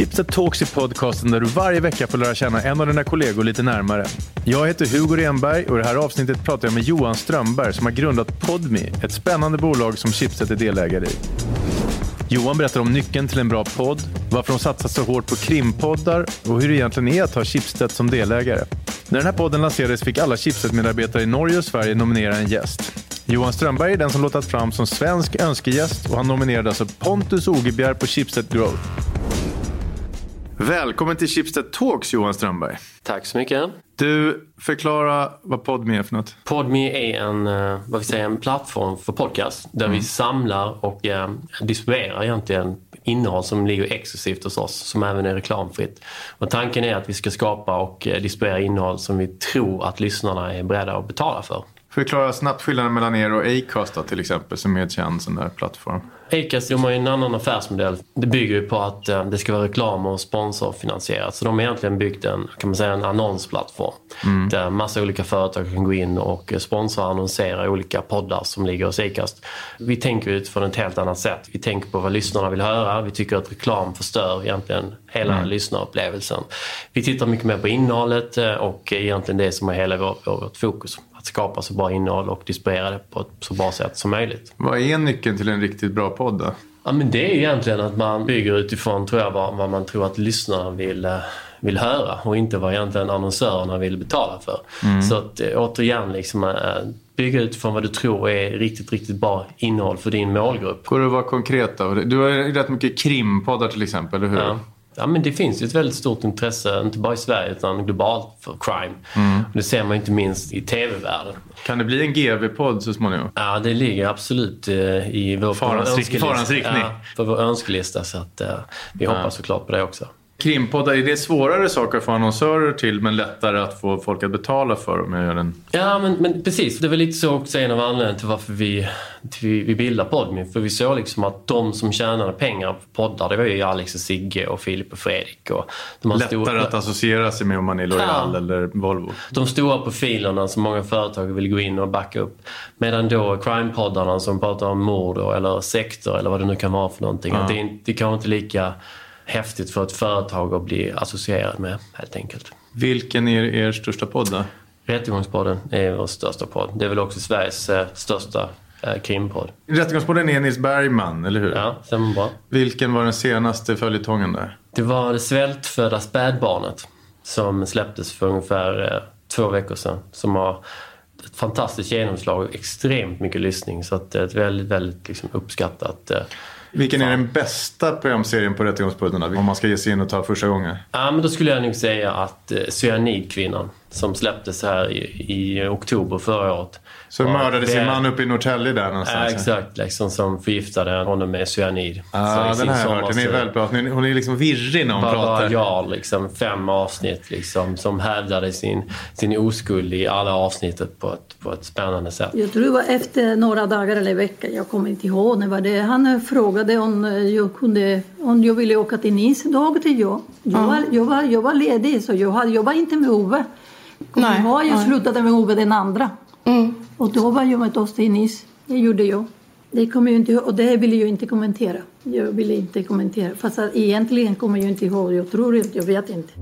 Chipset Talks är podcasten där du varje vecka får lära känna en av dina kollegor lite närmare. Jag heter Hugo Renberg och i det här avsnittet pratar jag med Johan Strömberg som har grundat Podme, ett spännande bolag som Chipset är delägare i. Johan berättar om nyckeln till en bra podd, varför de satsar så hårt på krimpoddar och hur det egentligen är att ha Chipset som delägare. När den här podden lanserades fick alla Chipset-medarbetare i Norge och Sverige nominera en gäst. Johan Strömberg är den som låtat fram som svensk önskegäst och han nominerade alltså Pontus Ogebjer på Chipset Growth. Välkommen till Chipset Talks, Johan Strömberg. Tack så mycket. Du, förklara vad Podme är för något. Podme är en plattform för podcast där vi samlar och distribuerar egentligen innehåll som ligger exklusivt hos oss, som även är reklamfritt. Och tanken är att vi ska skapa och distribuera innehåll som vi tror att lyssnarna är beredda att betala för. Förklara snabbt skillnaden mellan er och Acast då, till exempel, som är en känd sån där plattform. Acast, de har ju en annan affärsmodell. Det bygger ju på att det ska vara reklam och sponsorfinansierat. Så de har egentligen byggt en annonsplattform. Där massa olika företag kan gå in och sponsra och annonsera olika poddar som ligger hos Acast. Vi tänker utifrån ett helt annat sätt. Vi tänker på vad lyssnarna vill höra. Vi tycker att reklam förstör egentligen hela lyssnarupplevelsen. Vi tittar mycket mer på innehållet och egentligen det som är hela vårt fokus. Att skapa så bra innehåll och distribuera det på ett så bra sätt som möjligt. Vad är nyckeln till en riktigt bra podd då? Ja, men det är egentligen att man bygger utifrån, tror jag, vad man tror att lyssnarna vill höra och inte vad egentligen annonsörerna vill betala för. Så att återigen liksom, bygga utifrån vad du tror är riktigt, riktigt bra innehåll för din målgrupp. Går det att vara konkret då? Du har ju rätt mycket krimpoddar till exempel, eller hur? Ja, men det finns ju ett väldigt stort intresse, inte bara i Sverige utan globalt, för crime. Och det ser man inte minst i tv-världen. Kan det bli en GV-podd så småningom? Ja, det ligger absolut i vår farans riktning. Ja, för vår önskelista, så att vi hoppas såklart på det också. Krimpoddar, är det svårare saker att få annonsörer till men lättare att få folk att betala för om jag gör den? Ja, men precis. Det är väl lite så också en av anledningarna till varför vi bildar Podme. För vi såg liksom att de som tjänade pengar på poddar, det var ju Alex och Sigge och Filip och Fredrik. Och lättare att associera sig med om man är L'Oreal eller Volvo. De stora profilerna som många företag vill gå in och backa upp. Medan då crime-poddarna som pratar om mord eller sektor eller vad det nu kan vara för någonting. Att det kan inte lika häftigt för ett företag att bli associerad med, helt enkelt. Vilken är er största podd då? Rättegångspodden är vår största podd. Det är väl också Sveriges största krimpodd. Rättegångspodden är Nils Bergman, eller hur? Ja, stämmer bra. Vilken var den senaste följetongen där? Det var det svältfödda spädbarnet som släpptes för ungefär 2 veckor sedan. Som har ett fantastiskt genomslag och extremt mycket lyssning. Så att det är ett väldigt, väldigt liksom uppskattat. Vilken är den bästa programserien på Rättegångspodden om man ska ge sig in och ta första gången? Ja, men då skulle jag nog säga att Cyanidkvinnan som släpptes här i oktober förra året. Så mördade sin man uppe i Norrtälje där någonstans? Ja, exakt. Liksom, som förgiftade honom med cyanid. Ja, den här hört. Den är väldigt bra. Hon är liksom virrig när hon pratar. Ja, liksom 5 avsnitt liksom, som hävdade sin oskuld i alla avsnittet på ett spännande sätt. Jag tror det var efter några dagar eller veckor. Jag kommer inte ihåg när var det. Han frågade om jag ville åka till Nice. Då åkte jag. Jag var ledig, så jag var inte med Ove. Jag slutade med Ove den andra. Och då var jag med oss till Nice. Det gjorde jag. Det kommer jag inte ihåg. Och det ville jag inte kommentera. Jag ville inte kommentera. Fast egentligen kommer jag inte ihåg. Jag tror inte, jag vet inte.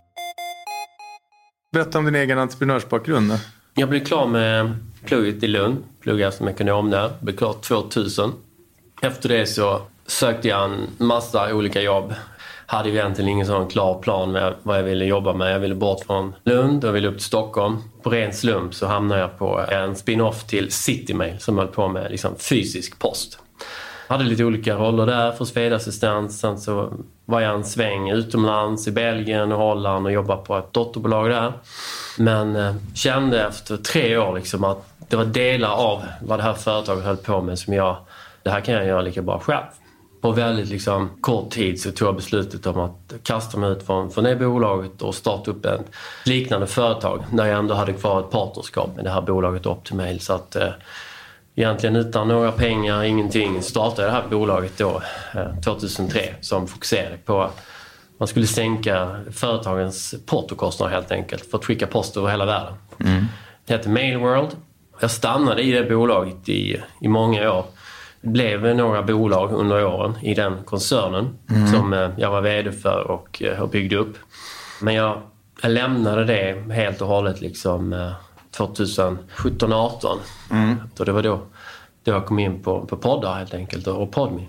Berätta om din egen entreprenörsbakgrund. Jag blev klar med plugget i Lund. Pluggade som ekonom där. Blev klar 2000. Efter det så sökte jag en massa olika jobb. Hade ju egentligen ingen sån klar plan med vad jag ville jobba med. Jag ville bort från Lund och ville upp till Stockholm. På ren slump så hamnade jag på en spin-off till Citymail som höll på med liksom fysisk post. Jag hade lite olika roller där för Swedassistent. Sen så var jag en sväng utomlands i Belgien och Holland och jobbade på ett dotterbolag där. Men kände efter 3 år liksom att det var delar av vad det här företaget höll på med som det här kan jag göra lika bra själv. På väldigt liksom kort tid så tog jag beslutet om att kasta mig ut från det bolaget och starta upp ett liknande företag där jag ändå hade kvar ett partnerskap med det här bolaget Optimail. Så att egentligen utan några pengar, ingenting, startade det här bolaget då 2003 som fokuserade på att man skulle sänka företagens portokostnader helt enkelt för att skicka post över hela världen. Det heter Mailworld. Jag stannade i det bolaget i många år. Det blev några bolag under åren i den koncernen som jag var vd för och byggde upp. Men jag lämnade det helt och hållet liksom 2017-18. Och det var då jag kom in på poddar helt enkelt och PodMe.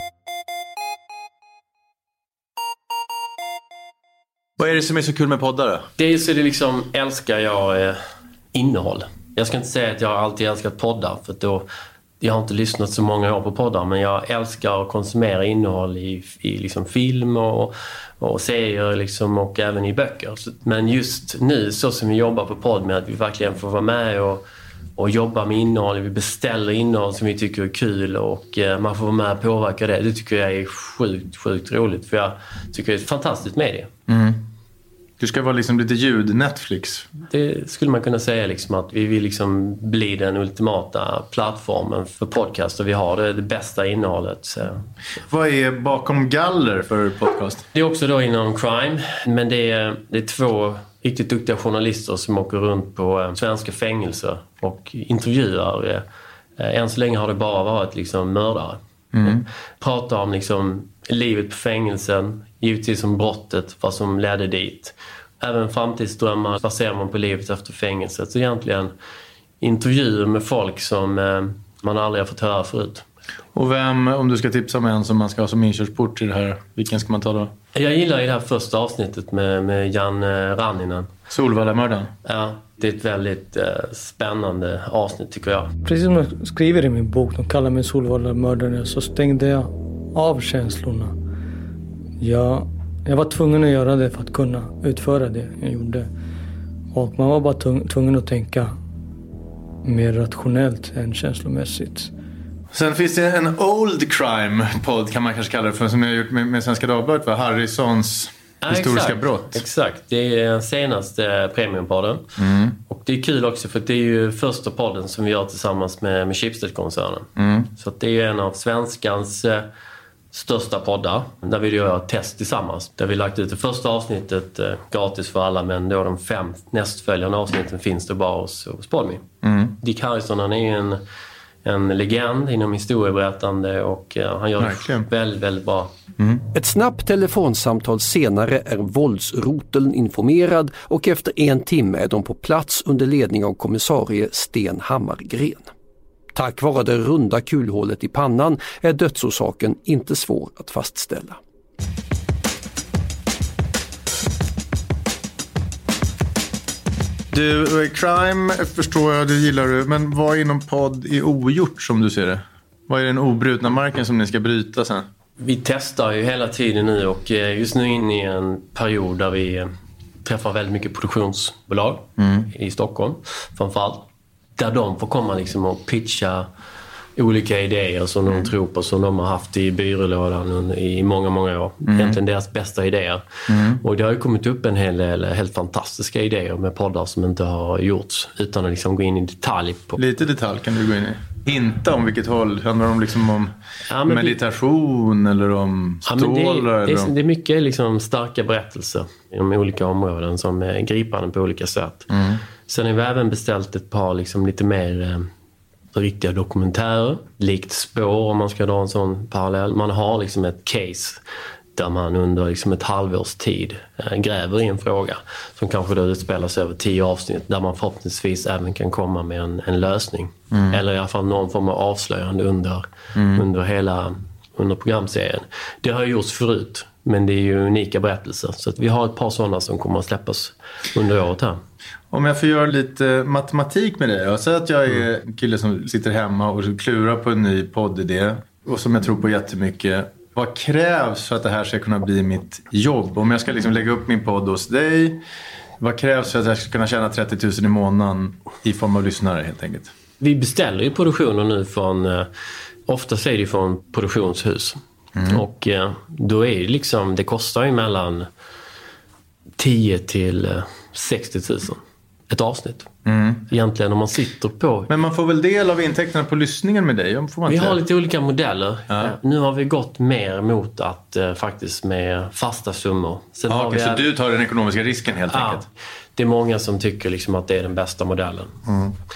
Vad är det som är så kul med poddar då? Dels är det liksom, älskar jag innehåll. Jag ska inte säga att jag alltid älskat poddar, för då jag har inte lyssnat så många år på poddar, men jag älskar att konsumera innehåll i liksom film och serier liksom, och även i böcker. Men just nu, så som vi jobbar på podd med att vi verkligen får vara med och jobba med innehåll. Vi beställer innehåll som vi tycker är kul och man får vara med och påverka det. Det tycker jag är sjukt roligt, för jag tycker det är ett fantastiskt medie. Du ska vara liksom lite ljud-Netflix. Det skulle man kunna säga liksom, att vi vill liksom bli den ultimata plattformen för podcast, och vi har det bästa innehållet. Så. Vad är bakom galler för podcast? Det är också då inom crime, men det är 2 riktigt duktiga journalister som åker runt på svenska fängelser och intervjuar. Än så länge har det bara varit liksom mördare. Pratar om liksom livet på fängelsen, givetvis om brottet, vad som ledde dit. Även framtidsdrömmar baserar man på livet efter fängelset. Så egentligen intervjuer med folk som man aldrig har fått höra förut. Och vem, om du ska tipsa med en som man ska ha som inkörsport till det här, vilken ska man ta då? Jag gillar i det här första avsnittet med Jan Ranninen. Solvallamördaren. Ja, det är ett väldigt spännande avsnitt tycker jag. Precis som jag skriver i min bok, de kallar mig Solvallamördaren, så stängde jag av känslorna. Jag var tvungen att göra det för att kunna utföra det jag gjorde. Och man var bara tvungen att tänka mer rationellt än känslomässigt. Sen finns det en old crime-podd, kan man kanske kalla det för, som jag har gjort med Svenska Dagbladet, för Harrisons historiska brott. Exakt, det är den senaste premiumpodden. Och det är kul också, för det är ju första podden som vi gör tillsammans med Schibsted-koncernen. Så att det är ju en av svenskans största poddar, där vi gör ett test tillsammans. Där vi lagt ut det första avsnittet gratis för alla, men då de 5 nästföljande avsnitten finns det bara hos PodMe. Dick Harrison, han är ju en legend inom historieberättande, och han gör det väldigt, väldigt bra. Ett snabbt telefonsamtal senare är våldsroteln informerad, och efter 1 timme är de på plats under ledning av kommissarie Sten Hammargren. Tack vare det runda kulhålet i pannan är dödsorsaken inte svår att fastställa. Du, crime förstår jag, det gillar du. Men vad inom podd är ogjort som du ser det? Vad är den obrutna marken som ni ska bryta sen? Vi testar ju hela tiden nu, och just nu inne i en period där vi träffar väldigt mycket produktionsbolag i Stockholm framförallt. Där de får komma liksom och pitcha olika idéer som de tror på, som de har haft i byrålådan i många, många år. Egentligen deras bästa idéer. Och det har ju kommit upp en hel del helt fantastiska idéer med poddar som inte har gjorts, utan att liksom gå in i detalj på. Lite detalj kan du gå in i. Inte om vilket håll. Handlar det om, liksom om meditation eller om stålar? Det är mycket liksom starka berättelser inom olika områden som är gripande på olika sätt. Sen har vi även beställt ett par liksom lite mer riktiga dokumentärer. Likt Spår, om man ska dra en sån parallell. Man har liksom ett case där man under liksom ett halvårs tid gräver i en fråga som kanske då utspelas över 10 avsnitt, där man förhoppningsvis även kan komma med en lösning. Eller i alla fall någon form av avslöjande under programserien. Det har gjorts förut, men det är ju unika berättelser. Så att vi har ett par sådana som kommer att släppas under året här. Om jag får göra lite matematik med det. Jag säger att jag är en kille som sitter hemma och klurar på en ny poddidé, och som jag tror på jättemycket. Vad krävs för att det här ska kunna bli mitt jobb? Om jag ska liksom lägga upp min podd hos dig, vad krävs för att jag ska kunna tjäna 30 000 i månaden i form av lyssnare helt enkelt? Vi beställer ju produktioner nu från, oftast är det från produktionshus. Och då är det liksom, det kostar ju mellan 10 till 60 000 ett avsnitt. Egentligen om man sitter på. Men man får väl del av intäkterna på lyssningen med dig? Vi har lite olika modeller. Nu har vi gått mer mot att faktiskt med fasta summor. Sen har vi så du tar den ekonomiska risken helt enkelt? Det är många som tycker liksom att det är den bästa modellen.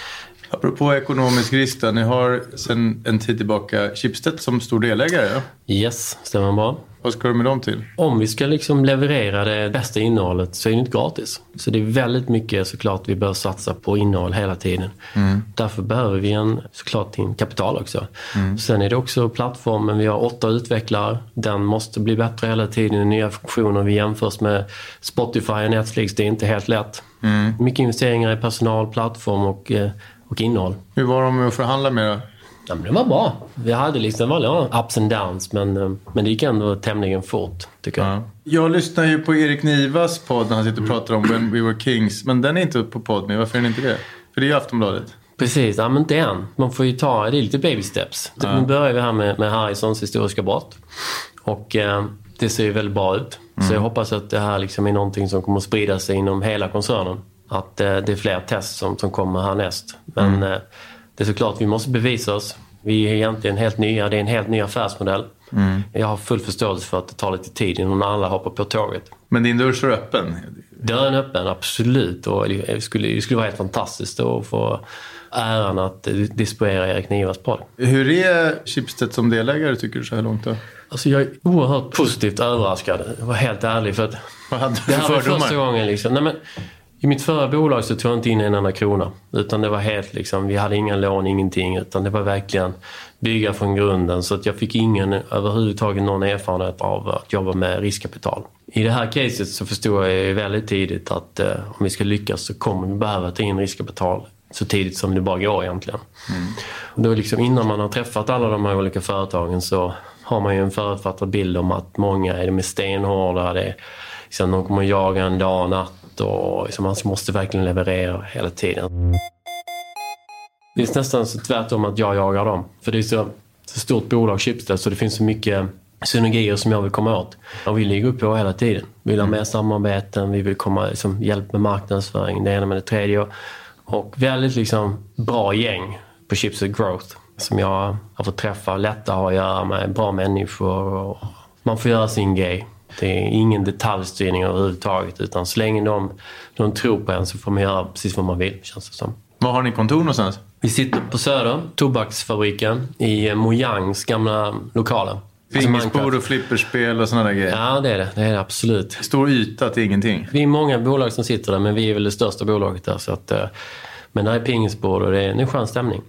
Apropå ekonomisk risk då, ni har sedan en tid tillbaka Schibsted som stor delägare. Ja? Yes, stämmer bra. Vad ska du med dem till? Om vi ska liksom leverera det bästa innehållet så är det inte gratis. Så det är väldigt mycket såklart vi behöver satsa på innehåll hela tiden. Därför behöver vi såklart en kapital också. Sen är det också plattformen. Vi har 8 utvecklare. Den måste bli bättre hela tiden. Nya funktioner. Vi jämförs med Spotify och Netflix. Det är inte helt lätt. Mycket investeringar i personal, plattform och innehåll. Hur var de att förhandla med då? Ja, men det var bra. Vi hade liksom vanliga ups and downs, men det gick ändå tämligen fort, tycker jag. Jag lyssnar ju på Erik Nivas podd när han sitter och pratar om When We Were Kings, men den är inte på Podme. Varför är den inte det? För det är ju Aftonbladet. Precis, ja, men inte än. Man får ju ta, det är lite baby steps. Nu börjar vi här med Harrisons historiska brott. Och det ser ju väldigt bra ut. Så jag hoppas att det här liksom är någonting som kommer att sprida sig inom hela koncernen. Att det är fler test som kommer härnäst. Men det är såklart vi måste bevisa oss. Vi är egentligen helt nya. Det är en helt ny affärsmodell. Jag har full förståelse för att det tar lite tid innan alla hoppar på tåget. Men din dörr står öppen? Dörren är öppen, absolut. Och det skulle vara helt fantastiskt att få äran att disponera Erik Nivas podd. Hur är Schibsted som delägare, tycker du, så här långt då? Alltså jag är oerhört positivt överraskad. Jag var helt ärlig för att Vad hade du det här var fördomar? första gången liksom. Nej, men i mitt förra bolag så tog jag inte in en enda krona. Utan det var helt liksom, vi hade inga lån, ingenting. Utan det var verkligen bygga från grunden. Så att jag fick överhuvudtaget någon erfarenhet av att jobba med riskkapital. I det här caset så förstod jag väldigt tidigt att om vi ska lyckas så kommer vi behöva ta in riskkapital så tidigt som det bara går egentligen. Och då liksom, innan man har träffat alla de här olika företagen så har man ju en förutfattad bild om att många är med stenhårda. Det är, liksom, de kommer att jaga en dag och natt och liksom, man måste verkligen leverera hela tiden. Det är nästan så tvärtom att jag jagar dem. För det är så stort bolag, Schibsted, så det finns så mycket synergier som jag vill komma åt. Och vi ligger upp på hela tiden. Vi vill ha mer samarbeten, vi vill komma liksom, hjälp med marknadsföring, det ena med det tredje. Och väldigt liksom, bra gäng på Schibsted Growth som jag har fått träffa, lätta att göra med bra människor. Och man får göra sin grej. Det är ingen detaljstyrning överhuvudtaget, utan så länge de tror på en så får man göra precis vad man vill, känns det som. Var har ni kontor någonstans? Vi sitter på Söder, tobaksfabriken, i Mojangs gamla lokaler. Fingerspår och flipperspel och sådana där grejer. Ja, det är det absolut. Stor yta till ingenting. Vi är många bolag som sitter där, men vi är väl det största bolaget där. Så att, men det är pingisbord och det är en skön stämning.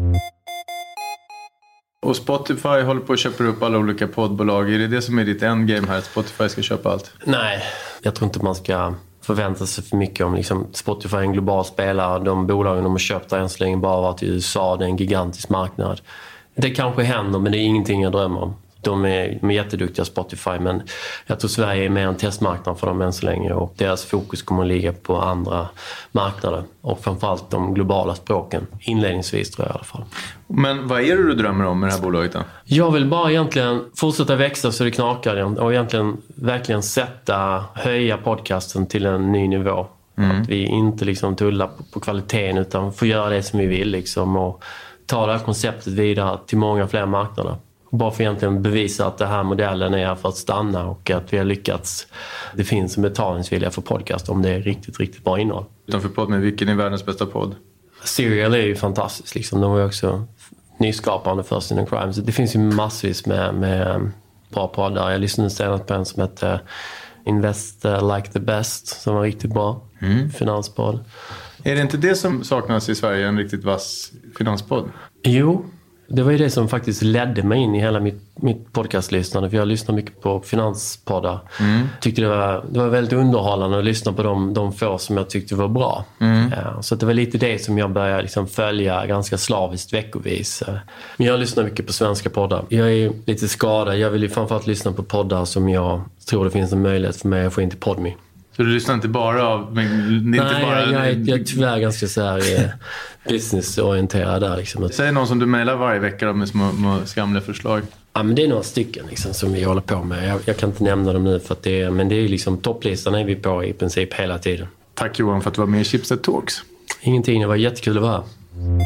Och Spotify håller på att köpa upp alla olika poddbolag. Är det som är ditt endgame här, att Spotify ska köpa allt? Nej, jag tror inte man ska förvänta sig för mycket om liksom, Spotify är en global spelare. De bolagen de har köpt där än så länge bara varit i USA. Det är en gigantisk marknad. Det kanske händer, men det är ingenting jag drömmer om. De är jätteduktiga Spotify, men jag tror Sverige är mer en testmarknad för dem än så länge och deras fokus kommer att ligga på andra marknader och framförallt de globala språken inledningsvis, tror jag i alla fall. Men vad är det du drömmer om med det här bolaget då? Jag vill bara egentligen fortsätta växa så det knakar och egentligen verkligen höja podcasten till en ny nivå. Att vi inte liksom tullar på kvaliteten utan får göra det som vi vill liksom, och ta det här konceptet vidare till många fler marknader. Bara för egentligen bevisa att den här modellen är här för att stanna och att vi har lyckats. Det finns en betalningsvilja för podcast om det är riktigt, riktigt bra innehåll. Utanför podd, med vilken är världens bästa podd? Serial är ju fantastiskt. Liksom. De var ju också nyskapande först inom crime. Så det finns ju massvis med bra poddar. Jag lyssnade senast på en som heter Invest Like the Best som var riktigt bra. Finanspodd. Är det inte det som saknas i Sverige, en riktigt vass finanspodd? Jo. Det var ju det som faktiskt ledde mig in i hela mitt podcastlyssnande. För jag lyssnar mycket på finanspoddar. Tyckte det var väldigt underhållande att lyssna på de få som jag tyckte var bra. Så det var lite det som jag började liksom följa ganska slaviskt veckovis. Men jag lyssnar mycket på svenska poddar. Jag är lite skadad. Jag vill ju framförallt lyssna på poddar som jag tror det finns en möjlighet för mig att få in till Podme. Så du lyssnar inte bara av... Men det är nej, inte bara... jag är tyvärr ganska så här businessorienterad där. Liksom. Säg någon som du mejlar varje vecka med små skamliga förslag. Ja, men det är några stycken liksom, som vi håller på med. Jag kan inte nämna dem nu för att men det är liksom topplistan är vi på i princip hela tiden. Tack Johan för att du var med i Schibsted Talks. Ingenting, det var jättekul att vara här.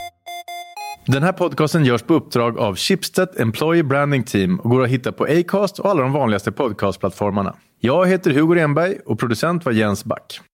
Den här podcasten görs på uppdrag av Schibsted Employee Branding Team och går att hitta på Acast och alla de vanligaste podcastplattformarna. Jag heter Hugo Renberg och producent var Jens Back.